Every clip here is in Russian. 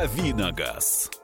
«Давиногаз».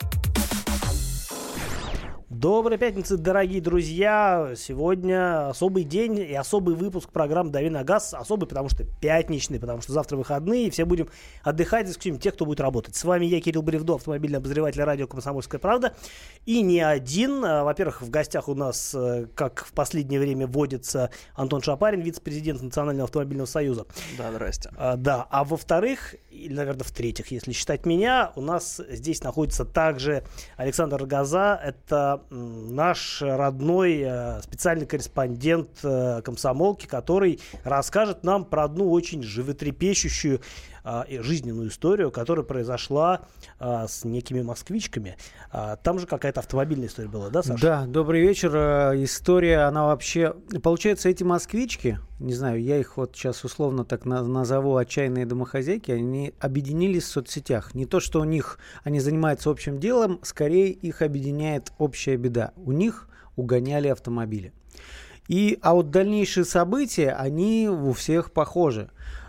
Доброй пятницы, дорогие друзья! Сегодня особый день и особый выпуск программы «Дави на газ». Особый, потому что пятничный, потому что завтра выходные, и все будем отдыхать, за исключением тех, кто будет работать. С вами я, Кирилл Бревдо, автомобильный обозреватель радио «Комсомольская правда». И не один. Во-первых, в гостях у нас, как в последнее время водится, Антон Шапарин, вице-президент Национального автомобильного союза. Да, здрасте. Да, а во-вторых, или, наверное, в-третьих, если считать меня, у нас здесь находится также Александр Рогоза. Это наш родной специальный корреспондент комсомолки, который расскажет нам про одну очень животрепещущую жизненную историю, которая произошла с некими москвичками. Там же какая-то автомобильная история была, да, Саша? Да, добрый вечер. История, она вообще... Получается, эти москвички, не знаю, я их вот сейчас условно так назову отчаянные домохозяйки, они объединились в соцсетях. Не то, что у них они занимаются общим делом, скорее их объединяет общая беда. У них угоняли автомобили. А вот дальнейшие события, они у всех похожи.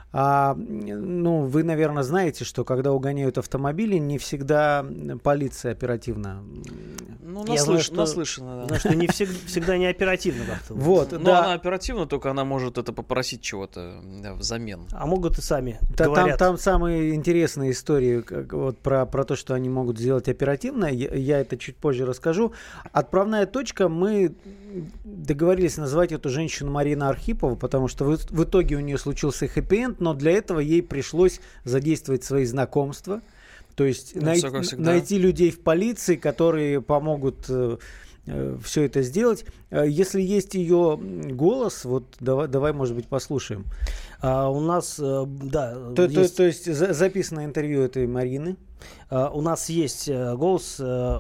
Вы, наверное, знаете, что когда угоняют автомобили, не всегда полиция оперативно. Наслышано, да. Что не всегда не оперативно как-то. Вот, да. Она оперативно, только она может это попросить чего-то взамен. А могут и сами говорят. Там самые интересные истории вот про то, что они могут сделать оперативно. Я это чуть позже расскажу. Отправная точка, мы договорились назвать эту женщину Марина Архипова, потому что в итоге у нее случился хэппи-энд, но для этого ей пришлось задействовать свои знакомства, то есть найти людей в полиции, которые помогут все это сделать. Если есть ее голос, вот давай, может быть, послушаем. У нас, да... То есть записано интервью этой Марины. У нас есть голос...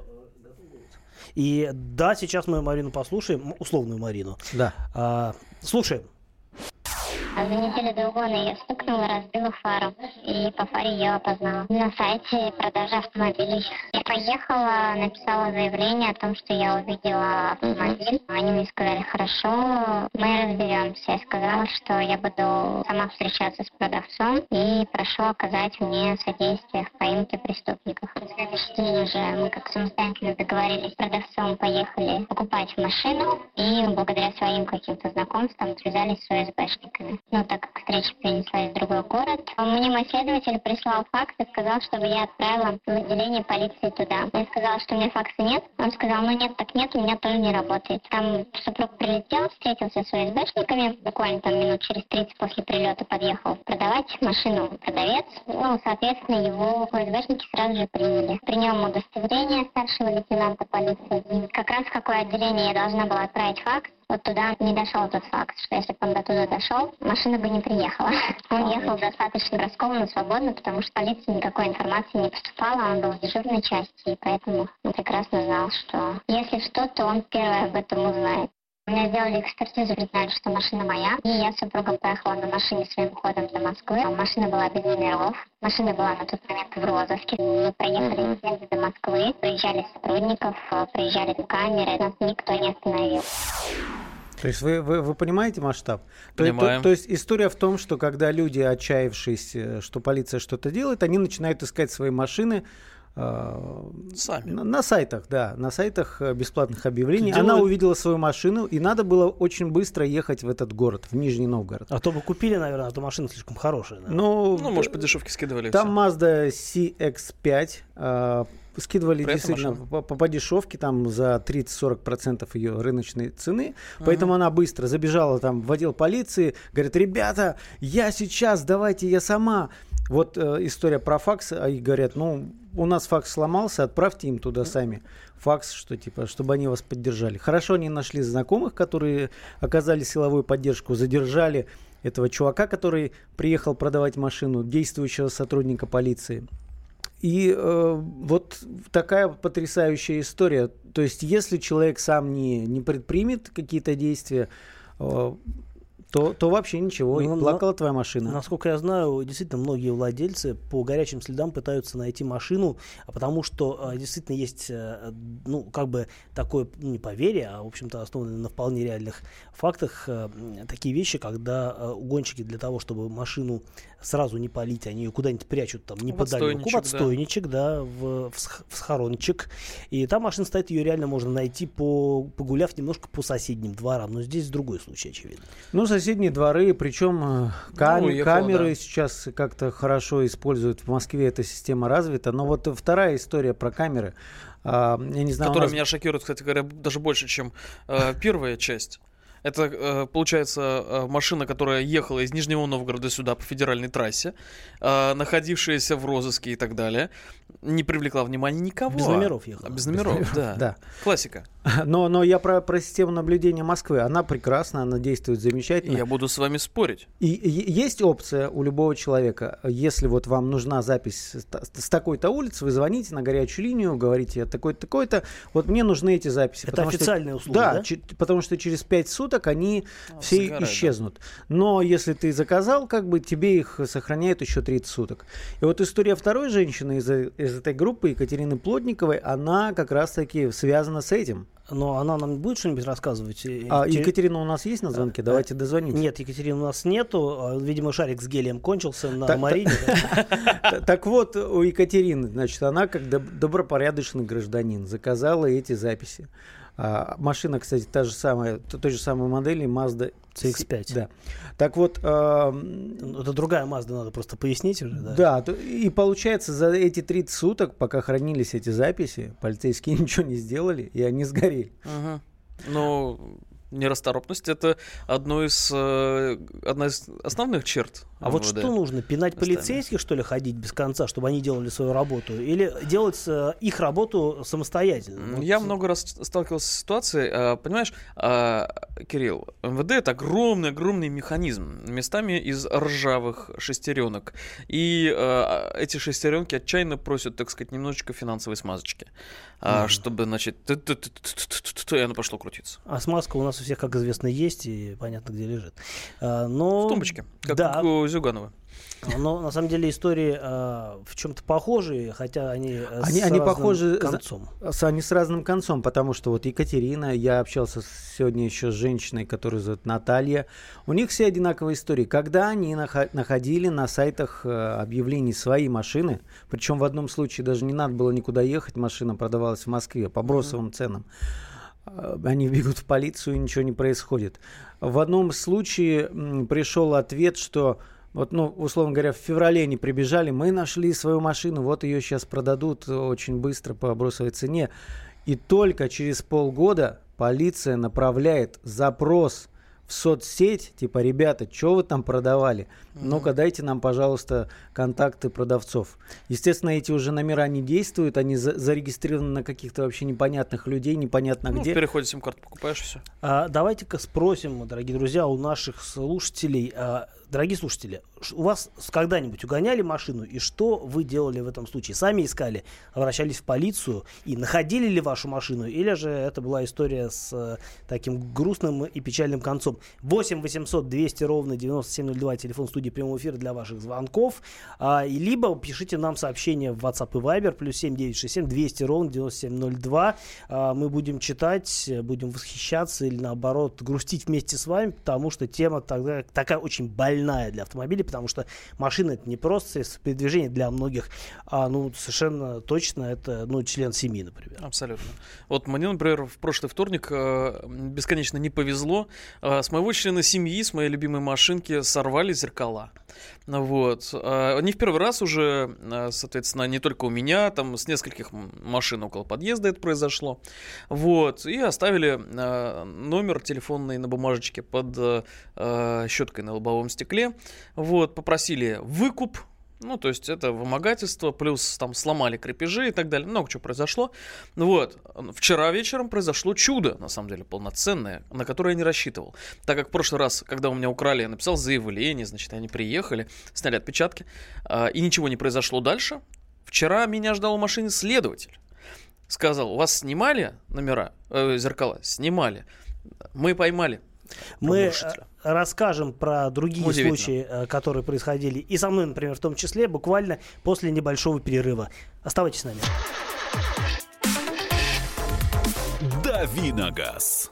И да, сейчас мы Марину послушаем, условную Марину. Да. Слушаем. За неделю до угона ее стукнула, разбила фару, и по фаре ее опознала. На сайте продажи автомобилей. Я поехала, написала заявление о том, что я увидела автомобиль. Они мне сказали, хорошо, мы разберемся. Я сказала, что я буду сама встречаться с продавцом и прошу оказать мне содействие в поимке преступников. На следующий день уже мы как самостоятельно договорились с продавцом, поехали покупать машину и благодаря своим каким-то знакомствам связались с ОСБшниками. Но так как встреча перенеслась в другой город, мне мой следователь прислал факс и сказал, чтобы я отправила в отделение полиции туда. Я сказала, что у меня факса нет. Он сказал, нет, так нет, у меня тоже не работает. Там супруг прилетел, встретился с ОСБшниками, буквально там минут через 30 после прилета подъехал продавать машину продавец. Соответственно, его ОСБшники сразу же приняли. При нем удостоверение старшего лейтенанта полиции. Как раз в какое отделение я должна была отправить факс, вот туда не дошел тот факт, что если бы он до туда дошел, машина бы не приехала. Он ехал достаточно раскованно, свободно, потому что полиции никакой информации не поступало, он был в дежурной части, и поэтому он прекрасно знал, что если что, то он первый об этом узнает. У меня сделали экспертизу, признали, что машина моя, и я с супругом поехала на машине своим ходом до Москвы. Машина была без номеров, машина была на тот момент в розыске. Мы проехали до Москвы, приезжали сотрудников, приезжали камеры, нас никто не остановил. То есть вы понимаете масштаб? Понимаем. То есть история в том, что когда люди, отчаявшись, что полиция что-то делает, они начинают искать свои машины сами. На сайтах, да, на сайтах бесплатных объявлений. Она увидела свою машину, и надо было очень быстро ехать в этот город, в Нижний Новгород. А то бы купили, наверное, а то машина слишком хорошая. Может, по дешевке скидывали. Там Mazda CX-5 скидывали действительно по дешевке, там за 30-40% ее рыночной цены. Поэтому она быстро забежала там в отдел полиции, говорит, ребята, я сейчас, давайте я сама. Вот история про факс, и говорят, у нас факс сломался, отправьте им туда сами факс, что типа, чтобы они вас поддержали. Хорошо, они нашли знакомых, которые оказали силовую поддержку, задержали этого чувака, который приехал продавать машину, действующего сотрудника полиции. И вот такая потрясающая история. То есть, если человек сам не предпримет какие-то действия, то вообще ничего, и плакала твоя машина. Насколько я знаю, действительно, многие владельцы по горячим следам пытаются найти машину, потому что действительно есть, такое, не поверье, а, в общем-то, основанное на вполне реальных фактах, такие вещи, когда угонщики для того, чтобы машину сразу не палить, они ее куда-нибудь прячут там неподалеку, в отстойничек, в схорончик, и там машина стоит, ее реально можно найти, погуляв немножко по соседним дворам, но здесь другой случай, очевидно. Соседние дворы, причем камеры сейчас как-то хорошо используют. В Москве эта система развита. Но вот вторая история про камеры. Я не знаю, которая меня шокирует, кстати говоря, даже больше, чем первая часть. Это, получается, машина, которая ехала из Нижнего Новгорода сюда по федеральной трассе, находившаяся в розыске и так далее, не привлекла внимания никого. Без номеров ехала. Без номеров, да. Классика. Но я про систему наблюдения Москвы. Она прекрасна, она действует замечательно. Я буду с вами спорить. И есть опция у любого человека. Если вот вам нужна запись с такой-то улицы, вы звоните на горячую линию, говорите такой-то, такой-то. Вот мне нужны эти записи. Это официальная услуга, да? Потому что через 5 суток они все исчезнут. Да. Но если ты заказал, тебе их сохраняют еще 30 суток. И вот история второй женщины из этой группы, Екатерины Плотниковой, она как раз-таки связана с этим. Но она нам будет что-нибудь рассказывать? Екатерина у нас есть на звонке? Давайте дозвоните. Нет, Екатерины у нас нету. Видимо, шарик с гелием кончился на Марине. Так вот, у Екатерины, она как добропорядочный гражданин заказала эти записи. Машина, кстати, той же самой модели Mazda CX-5. Да. Так вот... Это другая Mazda, надо просто пояснить уже. Да, и получается, за эти 30 суток, пока хранились эти записи, полицейские ничего не сделали, и они сгорели. Нерасторопность — это одна из основных черт. А вот что нужно? Пинать полицейских, что ли, ходить без конца, чтобы они делали свою работу? Или делать их работу самостоятельно? Я много раз сталкивался с ситуацией. Понимаешь, Кирилл, МВД — это огромный механизм, местами из ржавых шестеренок. И эти шестеренки отчаянно просят, так сказать, немножечко финансовой смазочки. Чтобы, и оно пошло крутиться. А смазка у нас у всех, как известно, есть, и понятно, где лежит. В тумбочке, как у Зюганова. Но на самом деле истории в чем-то похожие, хотя они похожи концом. Они с разным концом, потому что вот Екатерина, я общался сегодня еще с женщиной, которую зовут Наталья, у них все одинаковые истории. Когда они находили на сайтах объявлений свои машины, причем в одном случае даже не надо было никуда ехать, машина продавалась в Москве по бросовым ценам. Они бегут в полицию, и ничего не происходит. В одном случае пришел ответ, что условно говоря, в феврале они прибежали, мы нашли свою машину, вот ее сейчас продадут очень быстро по бросовой цене. И только через полгода полиция направляет запрос в соцсеть, ребята, что вы там продавали? Ну-ка, дайте нам, пожалуйста, контакты продавцов. Естественно, эти уже номера не действуют, они зарегистрированы на каких-то вообще непонятных людей, непонятно где. В переходе сим-карту покупаешь, все. Давайте-ка спросим, дорогие друзья, у наших слушателей. Дорогие слушатели, у вас когда-нибудь угоняли машину, и что вы делали в этом случае? Сами искали, обращались в полицию и находили ли вашу машину, или же это была история с таким грустным и печальным концом? 8 800 200 ровно 9702, телефон студии прямого эфира для ваших звонков, либо пишите нам сообщение в WhatsApp и Viber, плюс 7 967 200 ровно 9702. Мы будем читать, будем восхищаться или наоборот грустить вместе с вами, потому что тема тогда такая очень больная для автомобиля, потому что машина — это не просто средство передвижения для многих, совершенно точно это член семьи, например. Абсолютно. Вот мне, например, в прошлый вторник бесконечно не повезло. С моего члена семьи, с моей любимой машинки сорвали зеркала. Не в первый раз уже, соответственно, не только у меня, там с нескольких машин около подъезда это произошло. И оставили номер телефонный на бумажечке под щеткой на лобовом стекле. Попросили выкуп. То есть это вымогательство, плюс там сломали крепежи и так далее. Много чего произошло. Вчера вечером произошло чудо, на самом деле, полноценное, на которое я не рассчитывал. Так как в прошлый раз, когда у меня украли, я написал заявление, они приехали, сняли отпечатки, и ничего не произошло дальше. Вчера меня ждал в машине следователь. Сказал: у вас снимали номера, зеркала? Снимали. Мы поймали. Мы расскажем про другие случаи, которые происходили и со мной, например, в том числе, буквально после небольшого перерыва. Оставайтесь с нами. Давиногаз.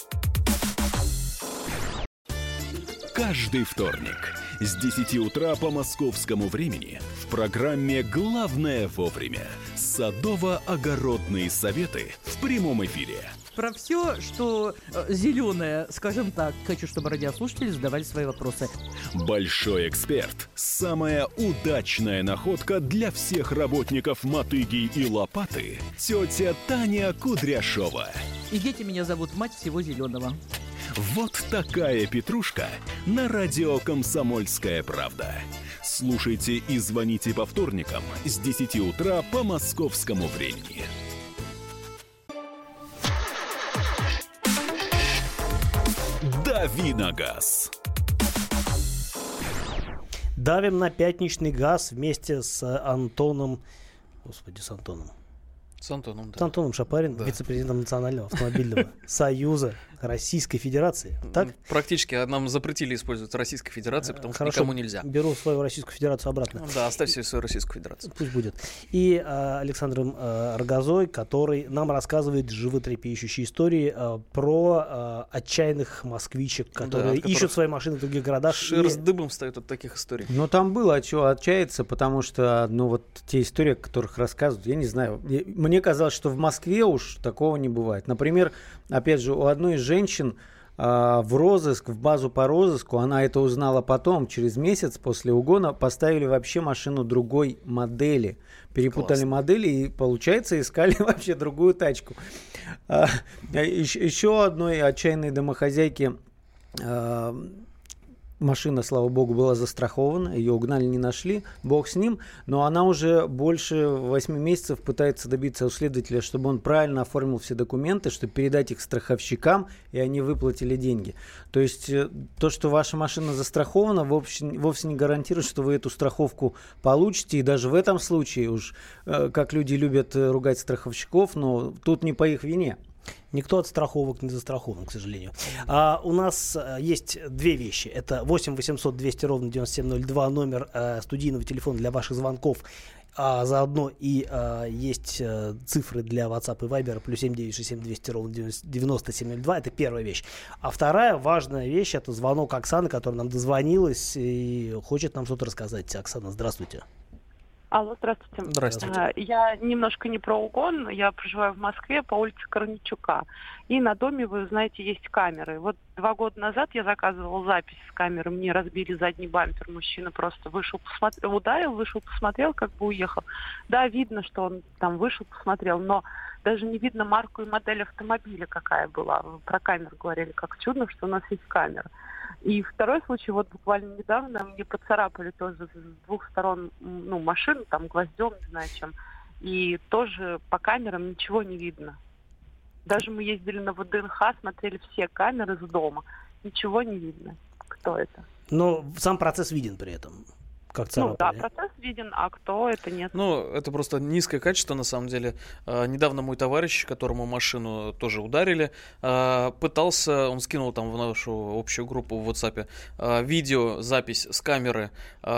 Каждый вторник с 10 утра по московскому времени в программе «Главное вовремя» садово-огородные советы в прямом эфире. Про все, что зеленое, скажем так, хочу, чтобы радиослушатели задавали свои вопросы. Большой эксперт. Самая удачная находка для всех работников мотыги и лопаты. Тетя Таня Кудряшова. И дети меня зовут мать всего зеленого. Вот такая петрушка на радио «Комсомольская правда». Слушайте и звоните по вторникам с 10 утра по московскому времени. Давиногаз. Давим на пятничный газ вместе с Антоном. Господи, с Антоном. С Антоном, да. С Антоном Шапариным, да. Вице-президентом Национального автомобильного союза Российской Федерации. Так? Практически нам запретили использовать Российской Федерации, потому что никому нельзя. Беру свою Российскую Федерацию обратно. Да, оставь себе свою Российскую Федерацию. Пусть будет. И Александром Рогозой, который нам рассказывает животрепещущие истории про отчаянных москвичек, которые ищут свои машины в других городах. Шерсть дыбом встает от таких историй. Но там было от чего отчаяться, потому что, вот те истории, о которых рассказывают, я не знаю. Мне казалось, что в Москве уж такого не бывает. Например, опять же, у одной из женщин в розыск, в базу по розыску, она это узнала потом, через месяц после угона, поставили вообще машину другой модели. Перепутали модели и, получается, искали вообще другую тачку. Еще одной отчаянной домохозяйки машина, слава богу, была застрахована, ее угнали, не нашли, бог с ним, но она уже больше 8 месяцев пытается добиться у следователя, чтобы он правильно оформил все документы, чтобы передать их страховщикам, и они выплатили деньги. То есть то, что ваша машина застрахована, вовсе не гарантирует, что вы эту страховку получите, и даже в этом случае, уж как люди любят ругать страховщиков, но тут не по их вине. Никто от страховок не застрахован, к сожалению. У нас есть две вещи. Это 8 800 200 ровно 9702, номер студийного телефона для ваших звонков. Заодно и есть цифры для WhatsApp и Viber, плюс 7967 200 ровно 9702. Это первая вещь. А вторая важная вещь — это звонок Оксаны, которая нам дозвонилась и хочет нам что-то рассказать. Оксана, здравствуйте. Алло, здравствуйте. Здравствуйте. Я немножко не про угон. Я проживаю в Москве по улице Корничука. И на доме, вы знаете, есть камеры. Вот 2 года назад я заказывала запись с камеры. Мне разбили задний бампер. Мужчина просто вышел, ударил, вышел, посмотрел, как бы уехал. Да, видно, что он там вышел, посмотрел, но даже не видно марку и модель автомобиля, какая была. Про камеру говорили, как чудно, что у нас есть камера. И второй случай, вот буквально недавно мне поцарапали тоже с 2 сторон машину, там гвоздем, не знаю чем. И тоже по камерам ничего не видно. Даже мы ездили на ВДНХ, смотрели все камеры с дома. Ничего не видно. Кто это? Но сам процесс виден при этом. Как царапали. Да, процесс виден, а кто это нет. Это просто низкое качество, на самом деле. Недавно мой товарищ, которому машину тоже ударили, пытался, он скинул там в нашу общую группу в WhatsApp видеозапись с камеры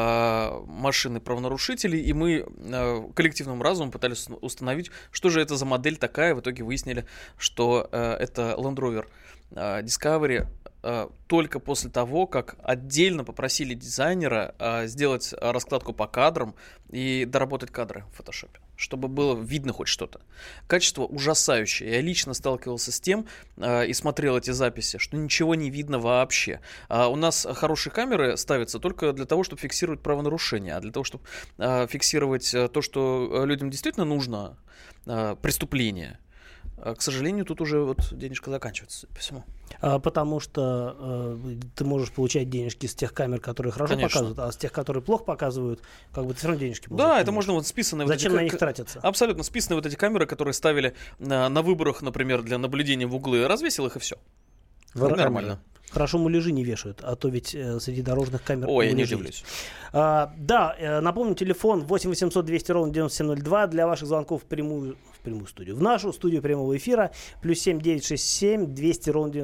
машины правонарушителей, и мы коллективным разумом пытались установить, что же это за модель такая. В итоге выяснили, что это Land Rover Discovery. Только после того, как отдельно попросили дизайнера сделать раскладку по кадрам и доработать кадры в фотошопе, чтобы было видно хоть что-то. Качество ужасающее. Я лично сталкивался с тем и смотрел эти записи, что ничего не видно вообще. У нас хорошие камеры ставятся только для того, чтобы фиксировать правонарушения, а для того, чтобы фиксировать то, что людям действительно нужно, преступление. К сожалению, тут уже денежка заканчивается, судя по всему. Потому что ты можешь получать денежки с тех камер, которые хорошо показывают, а с тех, которые плохо показывают, как бы ты все равно денежки получаешь. Да, это можно списанные... Зачем на них тратиться? Абсолютно списанные эти камеры, которые ставили на выборах, например, для наблюдения в углы, развесил их и все. Нормально. Хорошо, муляжи не вешают, а то ведь среди дорожных камер... Ой, я не удивлюсь. Напомню, телефон 8 800 200 ровно 9702 для ваших звонков в прямую студию. В нашу студию прямого эфира. +7 967 200 ровно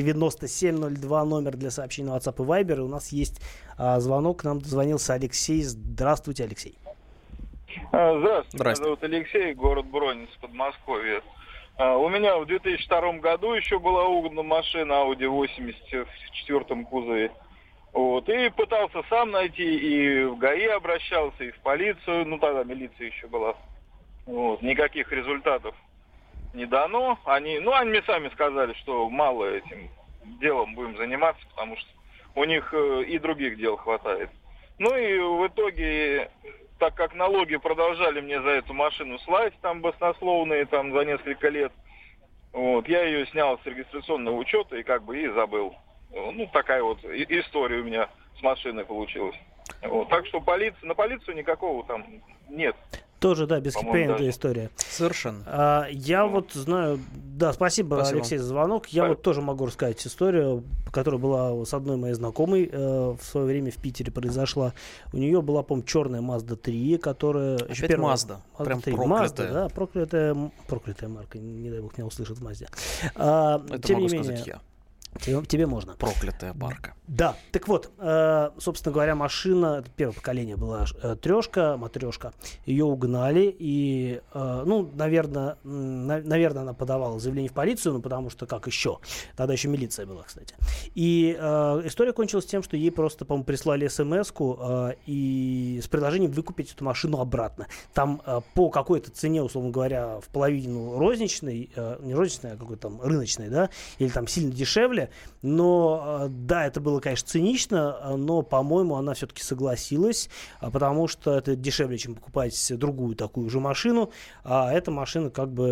9702 номер для сообщений на WhatsApp и Viber. И у нас есть звонок. К нам дозвонился Алексей. Здравствуйте, Алексей. Здравствуйте. Меня зовут Алексей, город Бронниц, Подмосковье. У меня в 2002 году еще была угнана машина Audi 80 в 4 кузове. Вот. И пытался сам найти, и в ГАИ обращался, и в полицию. Ну, тогда милиция еще была. Вот. Никаких результатов не дано. Они мне сами сказали, что мало этим делом будем заниматься, потому что у них и других дел хватает. Ну и в итоге... Так как налоги продолжали мне за эту машину слать, там баснословные, там за несколько лет, вот, я ее снял с регистрационного учета и и забыл. Ну, такая вот история у меня с машиной получилась. Вот, так что на полицию никакого там нет. Тоже, да, бесхитростная история. Совершенно. Я вот знаю... Да, спасибо, Алексей, за звонок. Я вот тоже могу рассказать историю, которая была с одной моей знакомой в свое время в Питере произошла. У нее была, по-моему, черная Mazda 3, которая... Опять Mazda. Прям 3. проклятая. Mazda, да, проклятая марка. Не дай бог, меня услышат в Mazda. Это тем могу не менее, сказать я. Тебе можно. Проклятая марка. Да, так вот, собственно говоря, машина, это первое поколение была матрешка, ее угнали, и, наверное, она подавала заявление в полицию, потому что как еще? Тогда еще милиция была, кстати. И история кончилась тем, что ей просто, по-моему, прислали смс-ку и с предложением выкупить эту машину обратно. Там по какой-то цене, условно говоря, в половину розничной, не розничной, а какой-то там рыночной, да, или там сильно дешевле. Но, да, это было, конечно, цинично, но, по-моему, она все-таки согласилась, потому что это дешевле, чем покупать другую такую же машину, а эта машина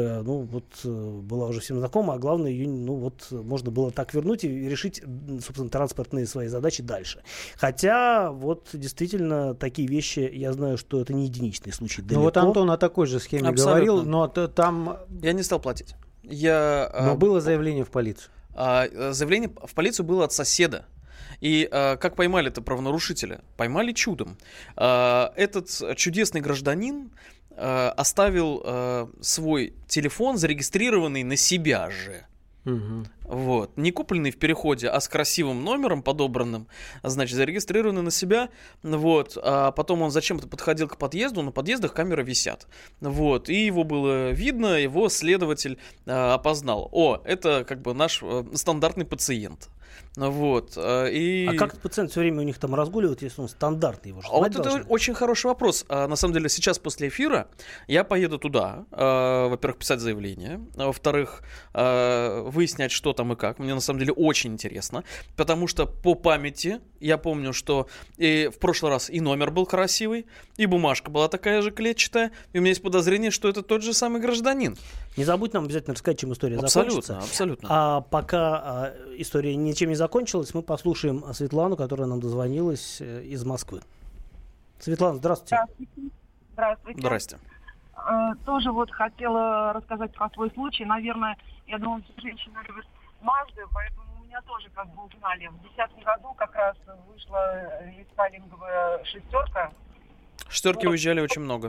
была уже всем знакома, а главное, ее, можно было так вернуть и решить, собственно, транспортные свои задачи дальше. Хотя, действительно, такие вещи, я знаю, что это не единичный случай. Ну, вот Антон о такой же схеме говорил, но там... Я не стал платить. Но было заявление в полицию. Заявление в полицию было от соседа. И как поймали это правонарушителя? Поймали чудом. Этот чудесный гражданин оставил свой телефон, зарегистрированный на себя же. Угу. Вот. Не купленный в переходе, а с красивым номером подобранным, значит, зарегистрированный на себя. Вот. А потом он зачем-то подходил к подъезду, на подъездах камеры висят. Вот. И его было видно, его следователь опознал. Это наш стандартный пациент. Вот. А как этот пациент все время у них там разгуливает, если он стандартный? Его же вот это очень хороший вопрос. На самом деле, сейчас после эфира я поеду туда, во-первых, писать заявление, во-вторых, выяснять, что там и как. Мне на самом деле очень интересно, потому что по памяти я помню, что и в прошлый раз и номер был красивый, и бумажка была такая же клетчатая, и у меня есть подозрение, что это тот же самый гражданин. Не забудь нам обязательно рассказать, чем история закончится. Абсолютно. А пока история ничем не закончилась, мы послушаем Светлану, которая нам дозвонилась из Москвы. Светлана, здравствуйте. Здравствуйте. Здрасте. Тоже хотела рассказать про свой случай. Наверное, я думаю, что женщины любят Мазды, поэтому у меня тоже узнали. В 2010 году как раз вышла рестайлинговая шестерка. Шестерки уезжали очень много.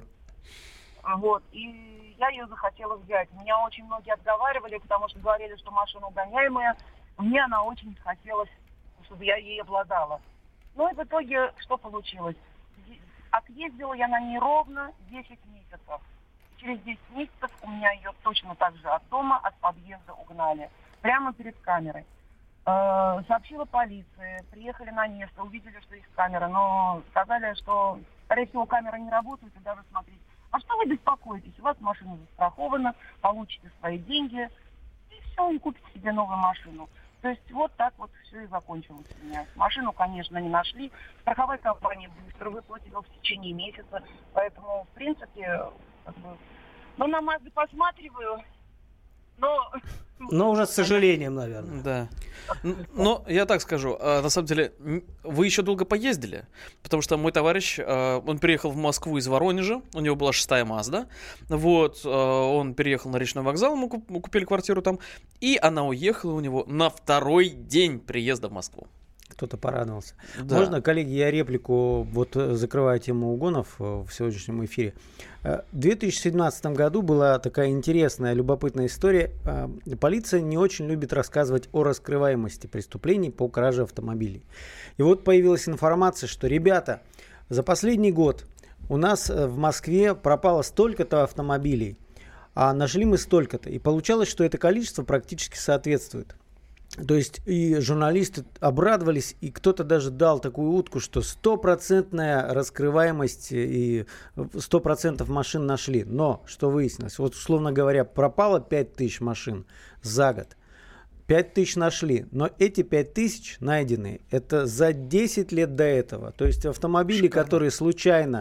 И я ее захотела взять. Меня очень многие отговаривали, потому что говорили, что машина угоняемая. Мне она очень хотелось, чтобы я ей обладала. Ну и в итоге что получилось? Отъездила я на ней ровно 10 месяцев. Через 10 месяцев у меня ее точно так же от дома, от подъезда угнали. Прямо перед камерой. Сообщила полиции, приехали на место, увидели, что есть камера, но сказали, что, скорее всего, камеры не работают, и даже смотреть. А что вы беспокоитесь? У вас машина застрахована, получите свои деньги, и все, и купите себе новую машину. То есть вот так вот все и закончилось у меня. Машину, конечно, не нашли. Страховая компания быстро выплатила в течение месяца. Поэтому, в принципе, на Мазды посматриваю. Но уже с сожалением, наверное. Да. Но я так скажу, на самом деле, вы еще долго поездили, потому что мой товарищ, он приехал в Москву из Воронежа, у него была 6-я Мазда, вот, он переехал на речной вокзал, мы купили квартиру там, и она уехала у него на 2-й день приезда в Москву. Кто-то порадовался. Да. Можно, коллеги, я реплику, вот закрывая тему угонов в сегодняшнем эфире. В 2017 году была такая интересная, любопытная история. Полиция не очень любит рассказывать о раскрываемости преступлений по краже автомобилей. И вот появилась информация, что, ребята, за последний год у нас в Москве пропало столько-то автомобилей, а нашли мы столько-то. И получалось, что это количество практически соответствует. То есть и журналисты обрадовались, и кто-то даже дал такую утку, что 100% раскрываемость и 100% машин нашли. Но, что выяснилось, вот условно говоря, пропало 5000 машин за год. 5000 нашли, но эти 5000 найдены, это за 10 лет до этого. То есть автомобили, которые случайно,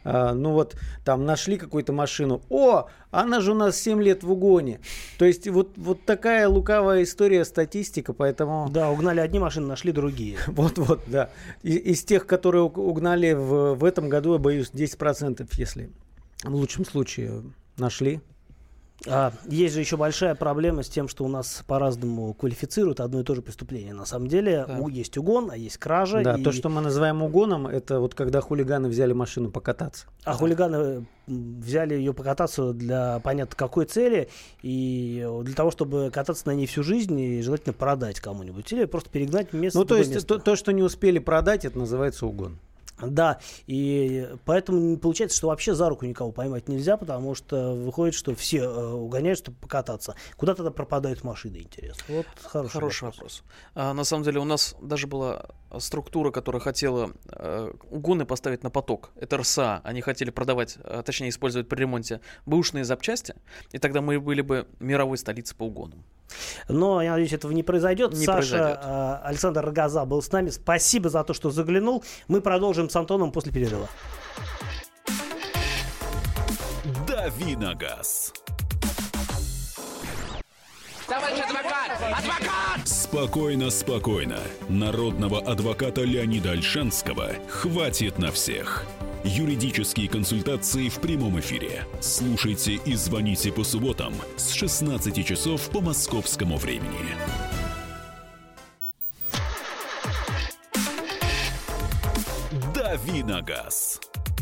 там нашли какую-то машину, она же у нас 7 лет в угоне. То есть вот такая лукавая история, статистика, поэтому... Да, угнали одни машины, нашли другие. Вот, да. Из тех, которые угнали в этом году, я боюсь, 10%, если в лучшем случае нашли. Есть же еще большая проблема с тем, что у нас по-разному квалифицируют одно и то же преступление. На самом деле есть угон, а есть кража. Да, то, что мы называем угоном, это вот когда хулиганы взяли машину покататься. Хулиганы взяли ее покататься для понятно какой цели, и для того, чтобы кататься на ней всю жизнь и желательно продать кому-нибудь, или просто перегнать место. То есть то, что не успели продать, это называется угон. Да, и поэтому получается, что вообще за руку никого поймать нельзя, потому что выходит, что все угоняют, чтобы покататься. Куда тогда пропадают машины, интересно? Вот хороший вопрос. На самом деле у нас даже была структура, которая хотела угоны поставить на поток. Это РСА. Они хотели продавать, точнее использовать при ремонте бэушные запчасти, и тогда мы были бы мировой столицей по угонам. Но, я надеюсь, этого не произойдет. Александр Рогоза был с нами. Спасибо за то, что заглянул. Мы продолжим с Антоном после перерыва. Дави на газ. Товарищ адвокат! Адвокат! Спокойно. Народного адвоката Леонида Ольшанского хватит на всех. Юридические консультации в прямом эфире. Слушайте и звоните по субботам с 16 часов по московскому времени. Дави на газ.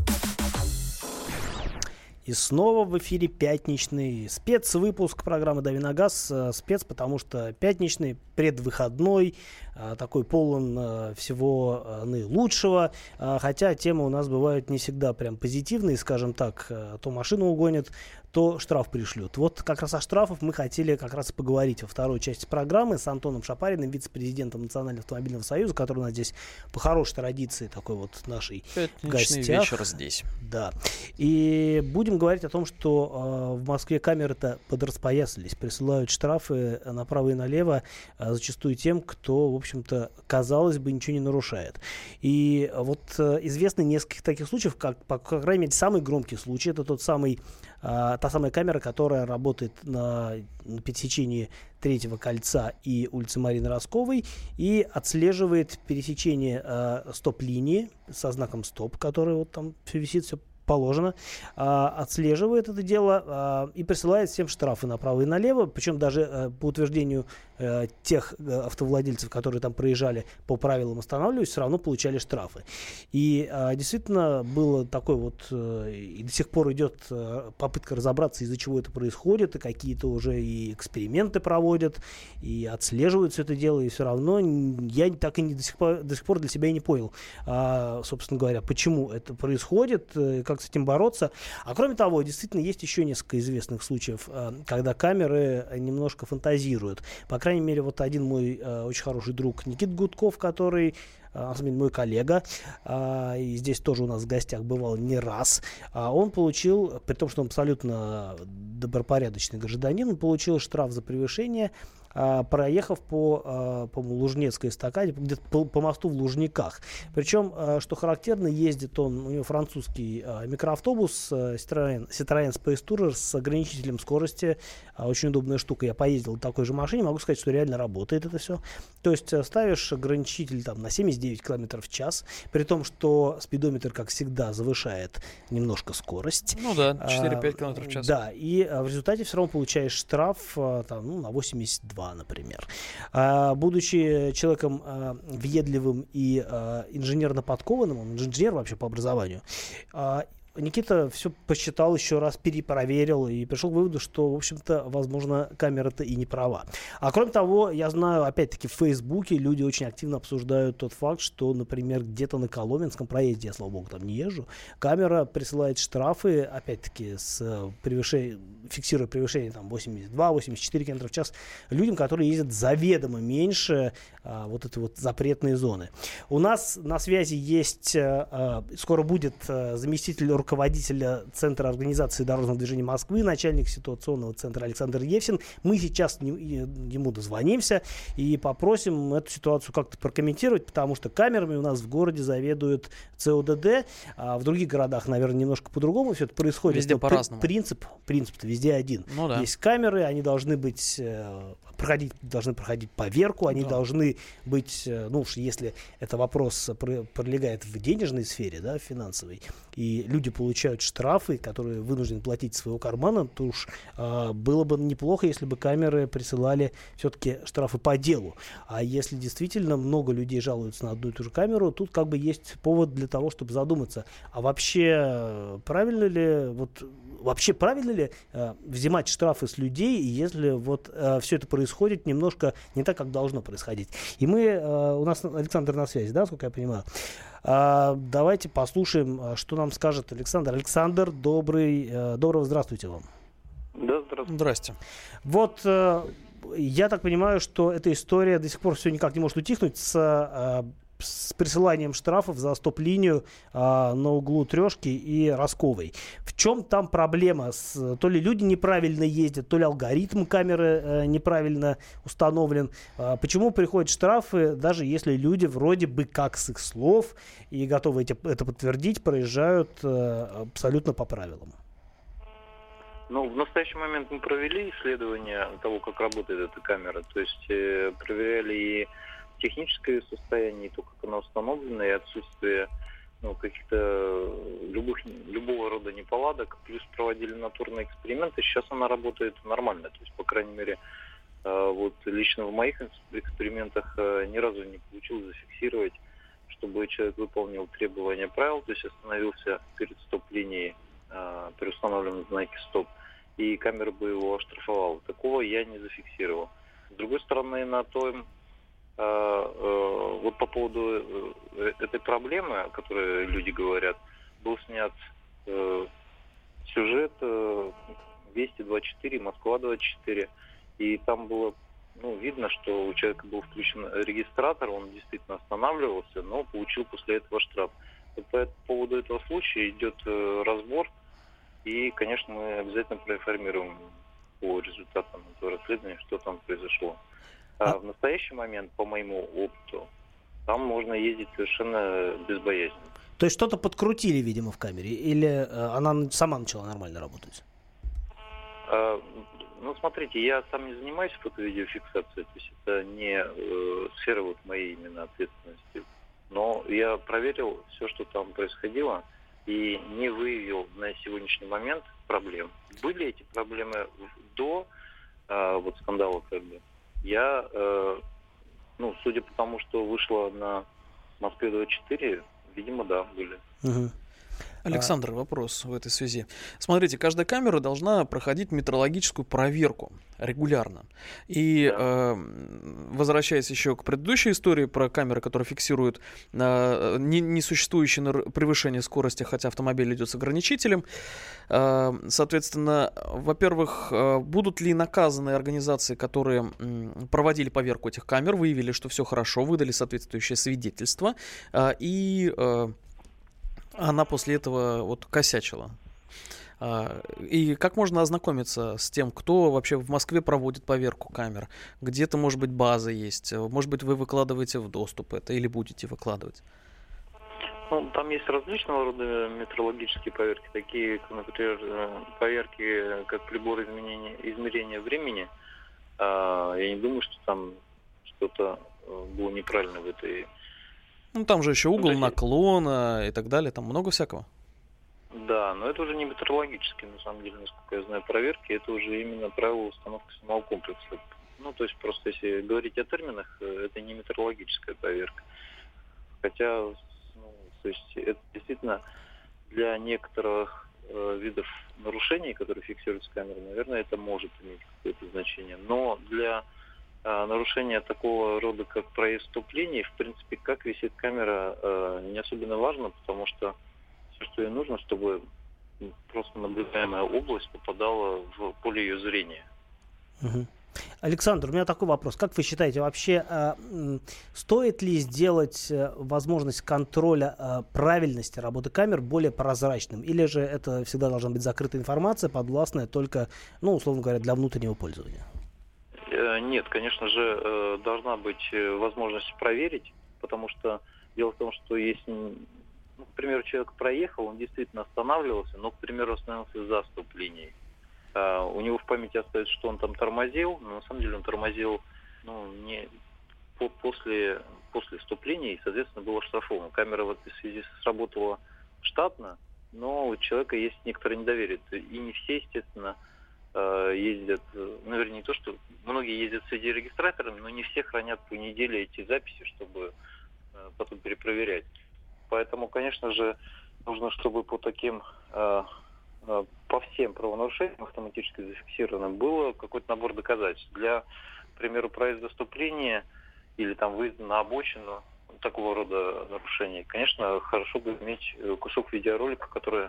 И снова в эфире пятничный спецвыпуск программы «Дави на газ». Спец, потому что пятничный, предвыходной, такой полон всего наилучшего. Хотя темы у нас бывают не всегда прям позитивные, скажем так. То машину угонят, то штраф пришлют. Вот как раз о штрафах мы хотели как раз поговорить во второй части программы с Антоном Шапариным, вице-президентом Национального автомобильного союза, который у нас здесь по хорошей традиции такой вот нашей пятничный вечер здесь. Да. И будем говорить о том, что в Москве камеры-то подраспоясались, присылают штрафы направо и налево, зачастую тем, кто, в общем-то, казалось бы, ничего не нарушает. И вот известно несколько таких случаев, по крайней мере, самый громкий случай, это та самая камера, которая работает на пересечении Третьего кольца и улицы Марины Росковой и отслеживает пересечение стоп-линии со знаком стоп, который вот там все висит, все положено, отслеживает это дело и присылает всем штрафы направо и налево, причем даже по утверждению тех автовладельцев, которые там проезжали по правилам останавливались, все равно получали штрафы. И действительно было такое вот, и до сих пор идет попытка разобраться, из-за чего это происходит, и какие-то уже и эксперименты проводят, и отслеживают все это дело, и все равно я так и до сих пор для себя и не понял, собственно говоря, почему это происходит, как с этим бороться. А кроме того, действительно, есть еще несколько известных случаев, когда камеры немножко фантазируют. По крайней мере, вот один мой очень хороший друг Никита Гудков, который, на самом деле, мой коллега, и здесь тоже у нас в гостях бывал не раз, он получил, при том, что он абсолютно добропорядочный гражданин, он получил штраф за превышение проехав по Лужнецкой эстакаде, где-то по мосту в Лужниках. Причем, что характерно, ездит он, у него французский микроавтобус Citroën Space Tourer с ограничителем скорости. Очень удобная штука. Я поездил в такой же машине, могу сказать, что реально работает это все. То есть ставишь ограничитель там на 79 км в час, при том, что спидометр, как всегда, завышает немножко скорость. Ну да, 4-5 км в час. Да, и в результате все равно получаешь штраф там, на 82, например. Будучи человеком въедливым и инженерно подкованным, он инженер вообще по образованию, Никита все посчитал еще раз, перепроверил и пришел к выводу, что, в общем-то, возможно, камера-то и не права. А кроме того, я знаю, опять-таки, в Фейсбуке люди очень активно обсуждают тот факт, что, например, где-то на Коломенском проезде, я, слава богу, там не езжу, камера присылает штрафы, опять-таки, фиксируя превышение там 82-84 км в час людям, которые ездят заведомо меньше вот этой вот запретной зоны. У нас на связи есть, скоро будет заместитель руководителя Центра организации дорожного движения Москвы, начальник ситуационного центра Александр Евсин. Мы сейчас ему дозвонимся и попросим эту ситуацию как-то прокомментировать, потому что камерами у нас в городе заведует ЦОДД, а в других городах, наверное, немножко по-другому все это происходит. Везде по-разному. Принцип-то везде один. Ну, да. Есть камеры, они должны быть должны проходить поверку, они должны быть, ну уж если это вопрос пролегает в денежной сфере, да, финансовой, и люди получают штрафы, которые вынуждены платить из своего кармана, то уж было бы неплохо, если бы камеры присылали все-таки штрафы по делу. А если действительно много людей жалуются на одну и ту же камеру, тут как бы есть повод для того, чтобы задуматься, а вообще правильно ли взимать штрафы с людей, если вот все это происходит немножко не так, как должно происходить. И у нас Александр на связи, да, сколько я понимаю. Давайте послушаем, что нам скажет Александр. Александр, доброго здравствуйте вам. Да, здравствуйте. Здрасте. Вот я так понимаю, что эта история до сих пор все никак не может утихнуть с присыланием штрафов за стоп-линию на углу Трешки и Росковой. В чем там проблема? То ли люди неправильно ездят, то ли алгоритм камеры неправильно установлен. Почему приходят штрафы, даже если люди вроде бы как с их слов и готовы это подтвердить, проезжают абсолютно по правилам? Ну, в настоящий момент мы провели исследование того, как работает эта камера. То есть проверяли и техническое состояние, то, как она установлена, и отсутствие каких-то любого рода неполадок. Плюс проводили натурные эксперименты. Сейчас она работает нормально. То есть, по крайней мере, вот лично в моих экспериментах ни разу не получилось зафиксировать, чтобы человек выполнил требования правил, то есть остановился перед стоп-линией при установленном знаке «стоп», и камера бы его оштрафовала. Такого я не зафиксировал. С другой стороны, вот по поводу этой проблемы, о которой люди говорят, был снят сюжет «Вести-24», «Москва-24», и там было видно, что у человека был включен регистратор, он действительно останавливался, но получил после этого штраф. По поводу этого случая идет разбор, и, конечно, мы обязательно проинформируем по результатам этого расследования, что там произошло. А в настоящий момент, по моему опыту, там можно ездить совершенно безбоязненно. То есть что-то подкрутили, видимо, в камере? Или она сама начала нормально работать? Смотрите, я сам не занимаюсь фото-видеофиксацией, то есть это не сфера моей именно ответственности. Но я проверил все, что там происходило, и не выявил на сегодняшний момент проблем. Были эти проблемы до скандала, Я, судя по тому, что вышло на Москве-24, видимо, да, были. Угу. Александр, вопрос в этой связи. Смотрите, каждая камера должна проходить метрологическую проверку регулярно. И возвращаясь еще к предыдущей истории про камеры, которые фиксируют несуществующее превышение скорости, хотя автомобиль идет с ограничителем, соответственно, во-первых, будут ли наказаны организации, которые проводили поверку этих камер, выявили, что все хорошо, выдали соответствующее свидетельство, и она после этого косячила. И как можно ознакомиться с тем, кто вообще в Москве проводит поверку камер? Где-то, может быть, база есть, может быть, вы выкладываете в доступ это или будете выкладывать? Ну, там есть различного рода метрологические поверки, такие, например, поверки, как прибор измерения времени. Я не думаю, что там что-то было неправильно в этой... Ну, там же еще угол наклона и так далее, там много всякого. Да, но это уже не метрологические, на самом деле, насколько я знаю, проверки, это уже именно правила установки самого комплекса. Ну, то есть просто если говорить о терминах, это не метрологическая проверка. Хотя... То есть это действительно для некоторых видов нарушений, которые фиксируются камерой, наверное, это может иметь какое-то значение. Но для нарушения такого рода, как проезд вступлений, в принципе, как висит камера, не особенно важно, потому что все, что ей нужно, чтобы просто наблюдаемая область попадала в поле ее зрения. Угу. Александр, у меня такой вопрос. Как вы считаете, вообще стоит ли сделать возможность контроля правильности работы камер более прозрачным? Или же это всегда должна быть закрытая информация, подвластная только, ну, условно говоря, для внутреннего пользования? Нет, конечно же, должна быть возможность проверить, потому что дело в том, что если, ну, к примеру, человек проехал, он действительно останавливался, но, к примеру, остановился за стоп-линией. У него в памяти остается, что он там тормозил, но на самом деле он тормозил, ну, не после вступления, и, соответственно, был оштрафован. Камера в этой связи сработала штатно, но у человека есть некоторое недоверие. И не все, естественно, ездят, ну, вернее, не то, что многие ездят с видеорегистратором, но не все хранят по неделе эти записи, чтобы потом перепроверять. Поэтому, конечно же, нужно, чтобы по таким... по всем правонарушениям автоматически зафиксированным было какой-то набор доказательств. Для, к примеру, проезда вступления или там выезда на обочину, такого рода нарушений, конечно, хорошо бы иметь кусок видеоролика, который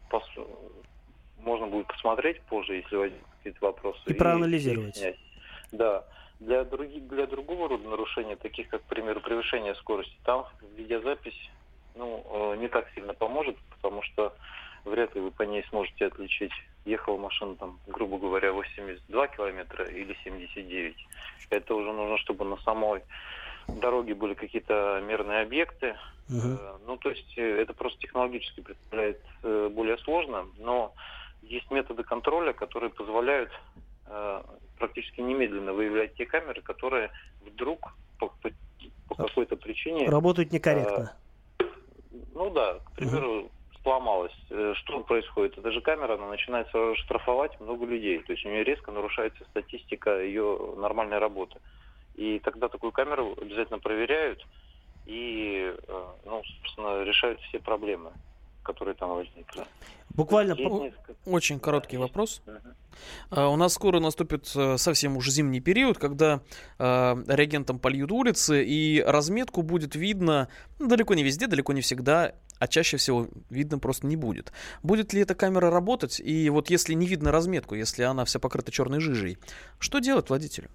можно будет посмотреть позже, если возникнут какие-то вопросы. И проанализировать. Да. Для другого рода нарушений, таких как, к примеру, превышение скорости, там видеозапись не так сильно поможет, потому что вряд ли вы по ней сможете отличить, ехала машина там, грубо говоря, 82 километра или 79. Это уже нужно, чтобы на самой дороге были какие-то мерные объекты. Ну, то есть это просто технологически представляет более сложно, но есть методы контроля, которые позволяют практически немедленно выявлять те камеры, которые вдруг по какой-то причине... Работают некорректно. Ну да, к примеру, сломалась. Что происходит? Эта же камера, она начинает штрафовать много людей. То есть у нее резко нарушается статистика ее нормальной работы. И тогда такую камеру обязательно проверяют и, собственно, решают все проблемы, которые там возникли. Буквально очень короткий вопрос. У нас скоро наступит совсем уже зимний период, когда реагентом польют улицы, и разметку будет видно далеко не везде, далеко не всегда, а чаще всего видно просто не будет. Будет ли эта камера работать? И вот если не видно разметку, если она вся покрыта черной жижей, что делать водителю?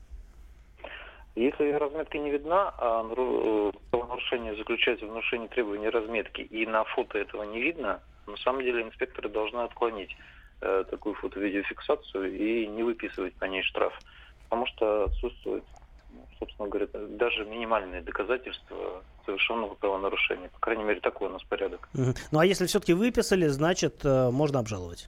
Если разметка не видна, а нарушение заключается в нарушении требований разметки, и на фото этого не видно, на самом деле инспекторы должны отклонить такую фото-видеофиксацию и не выписывать по ней штраф. Потому что отсутствует, собственно говоря, даже минимальные доказательства совершенного правонарушения. По крайней мере, такой у нас порядок. Ну а если все-таки выписали, значит, можно обжаловать?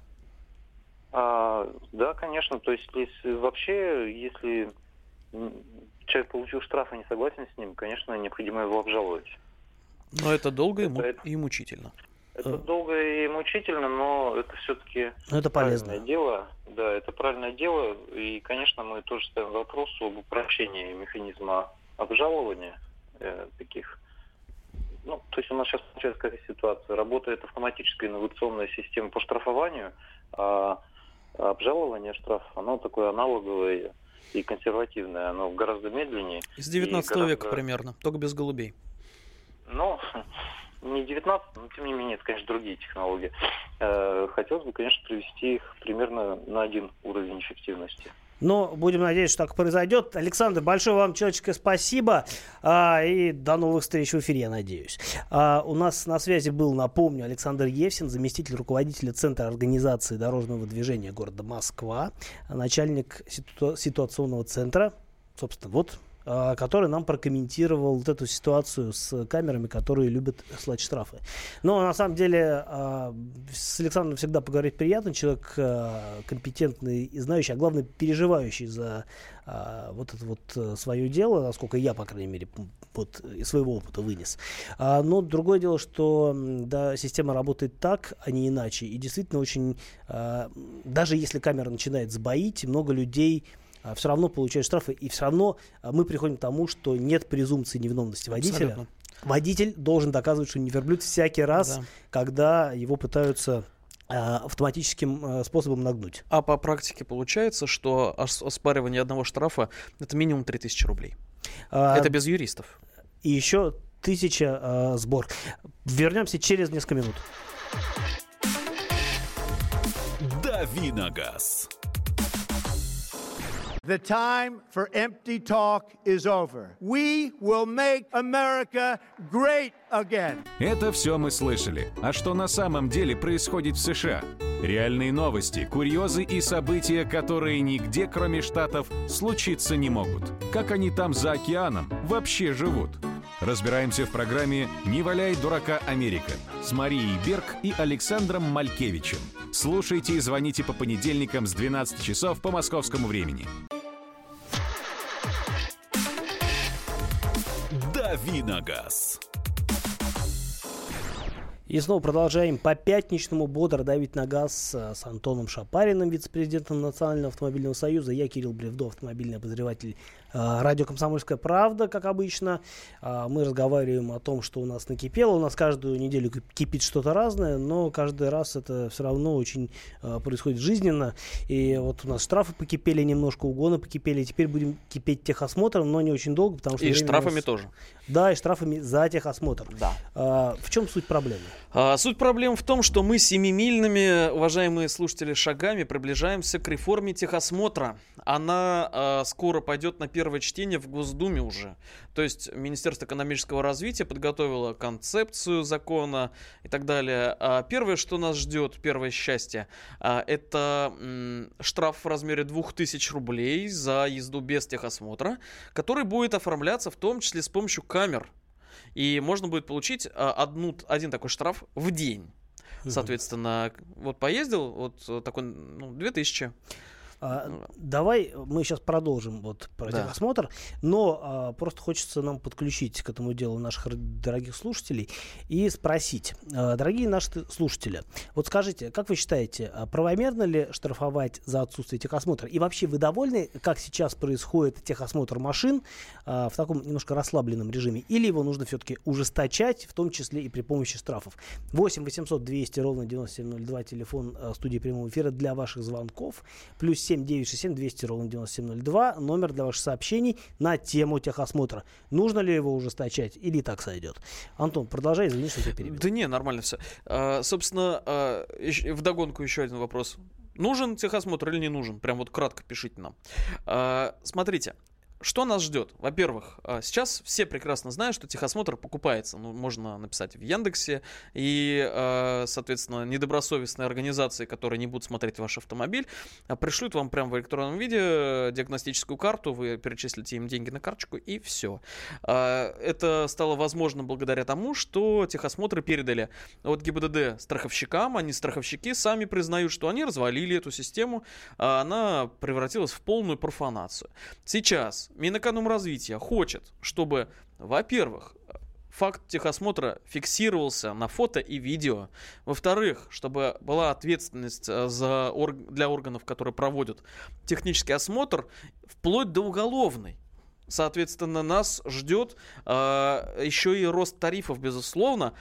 Да, конечно. То есть если человек получил штраф и не согласен с ним, конечно, необходимо его обжаловать. Но это долго и мучительно. Это долго и мучительно, но это все-таки правильное дело. Да, это правильное дело. И, конечно, мы тоже ставим вопрос об упрощении механизма обжалования таких. Ну, то есть у нас сейчас получается какая ситуация. Работает автоматическая инновационная система по штрафованию, а обжалование штрафов, оно такое аналоговое и консервативное. Оно гораздо медленнее. С 19 века примерно, только без голубей. Ну, не 19, но тем не менее, это, конечно, другие технологии. Хотелось бы, конечно, привести их примерно на один уровень эффективности. Но будем надеяться, что так произойдет. Александр, большое вам человеческое спасибо. И до новых встреч в эфире, я надеюсь. У нас на связи был, напомню, Александр Евсин, заместитель руководителя Центра организации дорожного движения города Москва, начальник ситуационного центра, собственно, который нам прокомментировал вот эту ситуацию с камерами, которые любят слать штрафы. Но на самом деле с Александром всегда поговорить приятно. Человек компетентный и знающий, а главное переживающий за вот это вот свое дело, насколько я, по крайней мере, вот из своего опыта вынес. Но другое дело, что да, система работает так, а не иначе. И действительно очень, даже если камера начинает сбоить, много людей все равно получают штрафы, и все равно мы приходим к тому, что нет презумпции невиновности водителя. Абсолютно. Водитель должен доказывать, что не верблюд всякий раз, когда его пытаются автоматическим способом нагнуть. А по практике получается, что оспаривание одного штрафа — это минимум 3000 рублей. Это без юристов. И еще 1000 сбор. Вернемся через несколько минут. Дави на газ. The time for empty talk is over. We will make America great again. Это все мы слышали. А что на самом деле происходит в США? Реальные новости, курьезы и события, которые нигде, кроме Штатов, случиться не могут. Как они там за океаном вообще живут? Разбираемся в программе «Не валяй дурака, Америка» с Марией Берг и Александром Малькевичем. Слушайте и звоните по понедельникам с 12 часов по московскому времени. Дави на газ. И снова продолжаем по пятничному бодро давить на газ с Антоном Шапариным, вице-президентом Национального автомобильного союза. Я Кирилл Бревдо, автомобильный обозреватель радио «Комсомольская правда», как обычно. Мы разговариваем о том, что у нас накипело. У нас каждую неделю кипит что-то разное, но каждый раз это все равно очень происходит жизненно. И вот у нас штрафы покипели немножко, угоны покипели. Теперь будем кипеть техосмотром, но не очень долго, потому что... И штрафами тоже. Да, и штрафами за техосмотр. Да. В чем суть проблемы? Суть проблемы в том, что мы семимильными, уважаемые слушатели, шагами приближаемся к реформе техосмотра. Она скоро пойдет на первое чтение в Госдуме уже. То есть Министерство экономического развития подготовило концепцию закона и так далее. Первое, что нас ждет, первое счастье, это штраф в размере 2000 рублей за езду без техосмотра, который будет оформляться в том числе с помощью камер. И можно будет получить один такой штраф в день. Соответственно, вот поездил, вот такой, 2000. Давай мы сейчас продолжим про техосмотр, но просто хочется нам подключить к этому делу наших дорогих слушателей и спросить, дорогие наши слушатели, вот скажите, как вы считаете, правомерно ли штрафовать за отсутствие техосмотра? И вообще вы довольны, как сейчас происходит техосмотр машин в таком немножко расслабленном режиме? Или его нужно все-таки ужесточать, в том числе и при помощи штрафов? 8 800 200 ровно 9702, телефон студии прямого эфира для ваших звонков, плюс 7 967 200 ровно 9702, номер для ваших сообщений на тему техосмотра. Нужно ли его ужесточать или так сойдет? Антон, продолжай, извини, что я перебил. Да не, нормально все. Собственно, вдогонку еще один вопрос. Нужен техосмотр или не нужен? Прям вот кратко пишите нам. Смотрите. Что нас ждет? Во-первых, сейчас все прекрасно знают, что техосмотр покупается. Можно написать в Яндексе, и, соответственно, недобросовестные организации, которые не будут смотреть ваш автомобиль, пришлют вам прямо в электронном виде диагностическую карту, вы перечислите им деньги на карточку, и все. Это стало возможно благодаря тому, что техосмотры передали от ГИБДД страховщикам, страховщики сами признают, что они развалили эту систему, она превратилась в полную профанацию. Сейчас Минэкономразвития хочет, чтобы, во-первых, факт техосмотра фиксировался на фото и видео. Во-вторых, чтобы была ответственность для органов, которые проводят технический осмотр, вплоть до уголовной. Соответственно, нас ждет еще и рост тарифов, безусловно,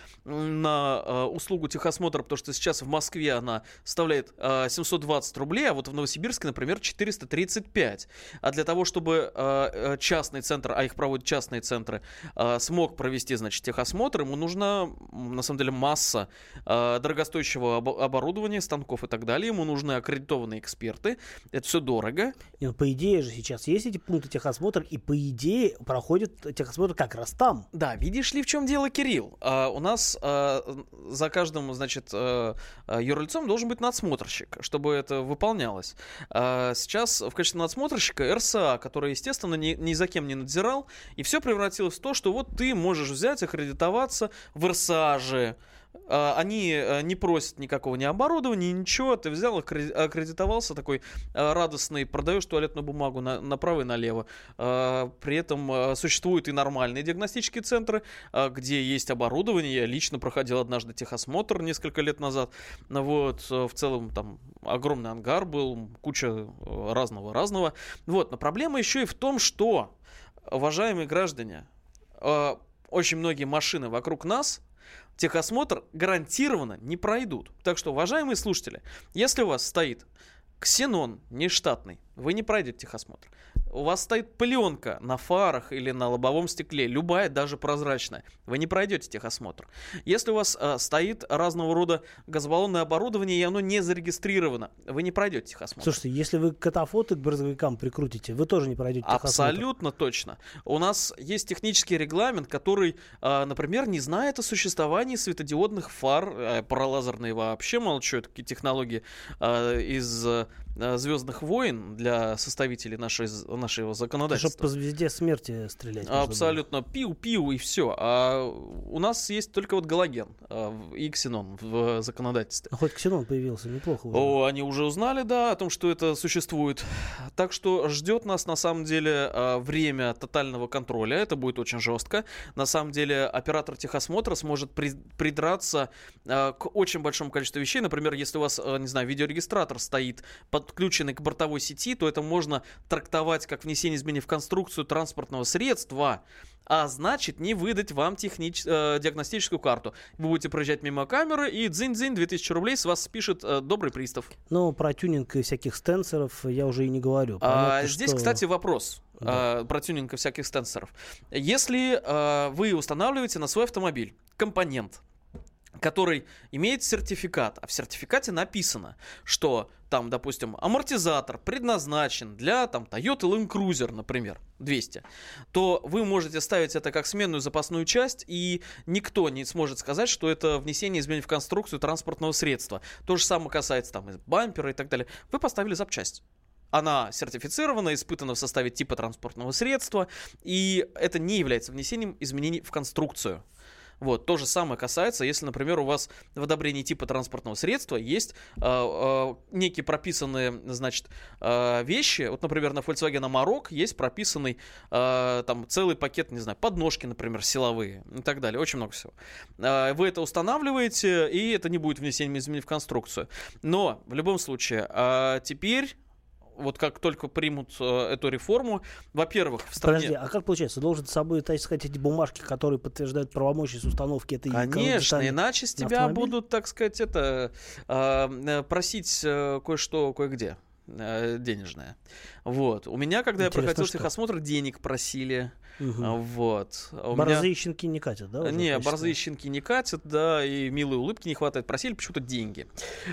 на услугу техосмотра, потому что сейчас в Москве она составляет 720 рублей, а вот в Новосибирске, например, 435. А для того, чтобы частный центр, а их проводят частные центры, смог провести, значит, техосмотр, ему нужна, на самом деле, масса дорогостоящего оборудования, станков и так далее. Ему нужны аккредитованные эксперты. Это все дорого. И, по идее же сейчас есть эти пункты техосмотра, и по идее проходит техосмотр как раз там. Да, видишь ли, в чем дело, Кирилл? У нас за каждым, значит, юрлицом должен быть надсмотрщик, чтобы это выполнялось. Сейчас в качестве надсмотрщика РСА, который, естественно, ни за кем не надзирал, и все превратилось в то, что вот ты можешь взять, аккредитоваться в РСА же. Они не просят никакого ни оборудования, ничего. Ты взял, аккредитовался, такой радостный, продаешь туалетную бумагу направо и налево. При этом существуют и нормальные диагностические центры, где есть оборудование. Я лично проходил однажды техосмотр несколько лет назад. Вот, в целом там огромный ангар был, куча разного. Вот, но проблема еще и в том, что, уважаемые граждане, очень многие машины вокруг нас техосмотр гарантированно не пройдут. Так что, уважаемые слушатели, если у вас стоит ксенон нештатный, вы не пройдете техосмотр. У вас стоит пленка на фарах или на лобовом стекле, любая, даже прозрачная, вы не пройдете техосмотр. Если у вас стоит разного рода газобаллонное оборудование, и оно не зарегистрировано, вы не пройдете техосмотр. Слушайте, если вы катафоты к брызговикам прикрутите, вы тоже не пройдете техосмотр. Абсолютно точно. У нас есть технический регламент, который, например, не знает о существовании светодиодных фар, паралазерные вообще, молчу, это такие технологии из «Звездных войн» для составителей нашего законодательства. Чтобы по звезде смерти стрелять. Абсолютно. Пиу-пиу и все. А у нас есть только вот галоген и ксенон в законодательстве. Хоть ксенон появился, неплохо уже. Они уже узнали, да, о том, что это существует. Так что ждет нас, на самом деле, время тотального контроля. Это будет очень жестко. На самом деле, оператор техосмотра сможет придраться к очень большому количеству вещей. Например, если у вас, не знаю, видеорегистратор стоит подключенный к бортовой сети, то это можно трактовать как внесение изменений в конструкцию транспортного средства, а значит не выдать вам диагностическую карту. Вы будете проезжать мимо камеры, и дзынь-дзынь, 2000 рублей с вас спишет добрый пристав. Ну, про тюнинг и всяких стенсоров я уже и не говорю. Здесь, кстати, вопрос. Да. Про тюнинг и всяких стенсоров. Если вы устанавливаете на свой автомобиль компонент, который имеет сертификат, а в сертификате написано, что там, допустим, амортизатор предназначен для там Toyota Land Cruiser, например, 200, то вы можете ставить это как сменную запасную часть, и никто не сможет сказать, что это внесение изменений в конструкцию транспортного средства. То же самое касается там бампера и так далее. Вы поставили запчасть. Она сертифицирована, испытана в составе типа транспортного средства, и это не является внесением изменений в конструкцию. Вот, то же самое касается, если, например, у вас в одобрении типа транспортного средства есть некие прописанные, значит, вещи. Вот, например, на Volkswagen Amarok есть прописанный там целый пакет, не знаю, подножки, например, силовые и так далее. Очень много всего. Вы это устанавливаете, и это не будет внесением изменений в конструкцию. Но, в любом случае, теперь... Вот как только примут эту реформу, во-первых, в стране... Подожди, а как получается? Должен с собой, так сказать, эти бумажки, которые подтверждают правомощность установки этой... Конечно, иначе с тебя будут, так сказать, просить кое-что, кое-где денежное. Вот. У меня, когда интересно, я проходил техосмотр, денег просили. Угу. Вот. Борзые щенки не катят, да? Не, борзые щенки не катят, да, и милые улыбки не хватает. Просили почему-то деньги.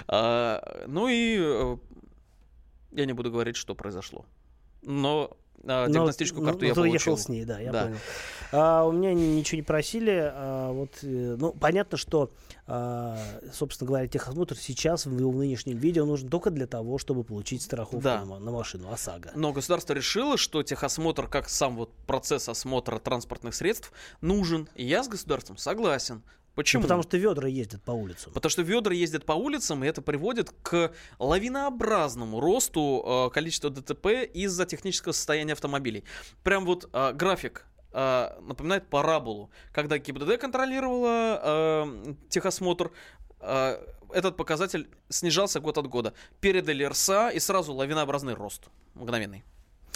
Ну и... Я не буду говорить, что произошло. Но диагностическую карту я получил. Ехал с ней, да, я понял. У меня ничего не просили. Ну, понятно, что, собственно говоря, техосмотр сейчас в нынешнем виде нужен только для того, чтобы получить страховку на машину ОСАГО. Но государство решило, что техосмотр, как сам вот процесс осмотра транспортных средств, нужен. И я с государством согласен. Почему? Потому что ведра ездят по улицам. Потому что ведра ездят по улицам, и это приводит к лавинообразному росту количества ДТП из-за технического состояния автомобилей. Прям вот график напоминает параболу. Когда ГИБДД контролировала техосмотр, этот показатель снижался год от года. Передали РСА, и сразу лавинообразный рост, мгновенный.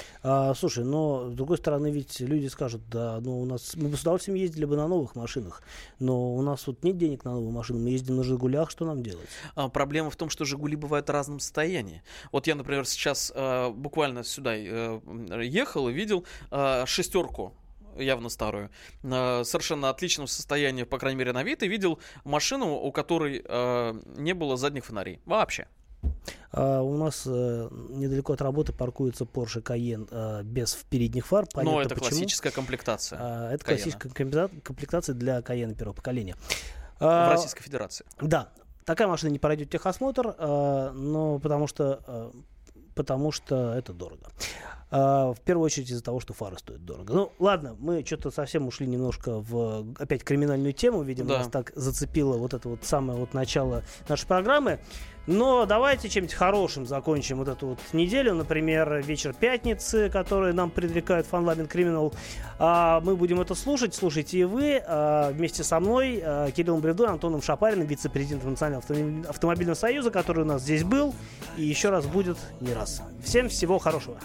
Слушай, но с другой стороны, ведь люди скажут, да, ну у нас мы бы с удовольствием ездили бы на новых машинах, но у нас вот нет денег на новую машину, мы ездим на «Жигулях», что нам делать? Проблема в том, что «Жигули» бывают в разном состоянии. Вот я, например, сейчас буквально сюда ехал и видел шестерку, явно старую, совершенно отличном состоянии, по крайней мере, на вид, и видел машину, у которой не было задних фонарей вообще. У нас недалеко от работы паркуется Porsche Cayenne без передних фар. Но это почему. Классическая комплектация. Это классическая комплектация для Cayenne первого поколения. В Российской Федерации. Да. Такая машина не пройдет техосмотр, но потому что это дорого. В первую очередь из-за того, что фары стоят дорого. Ну, ладно, мы что-то совсем ушли немножко в опять криминальную тему. Видимо, нас так зацепило вот это вот самое вот начало нашей программы. Но давайте чем-нибудь хорошим закончим вот эту вот неделю. Например, вечер пятницы, который нам предрекает Fun Loving Criminal. Мы будем это слушать. Слушайте и вы. Вместе со мной, Кириллом Бревдой, Антоном Шапариным, вице-президентом Национального автомобильного союза, который у нас здесь был. И еще раз будет не раз. Всем всего хорошего.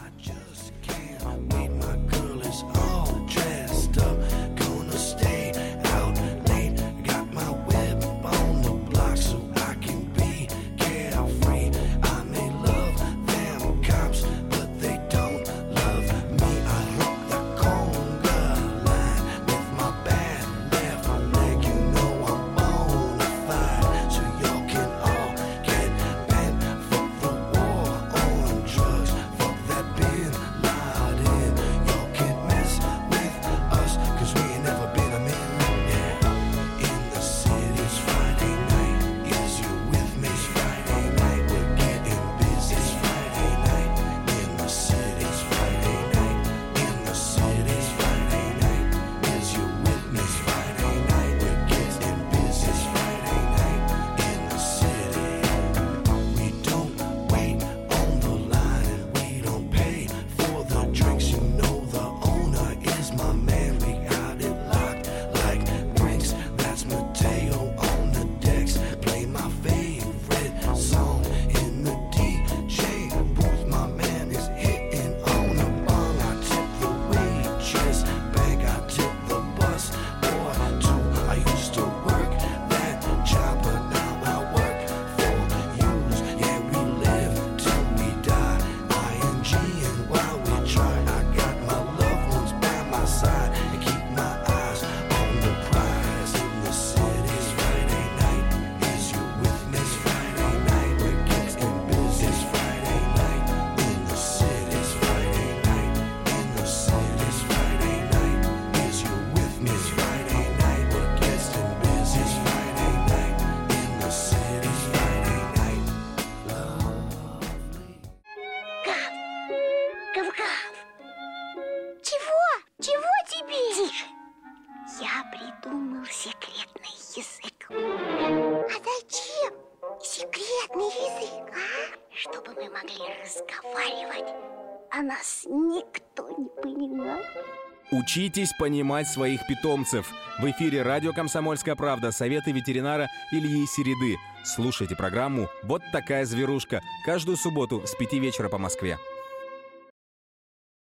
Учитесь понимать своих питомцев. В эфире радио «Комсомольская правда». Советы ветеринара Ильи Середы. Слушайте программу «Вот такая зверушка» каждую субботу с 5 вечера по Москве.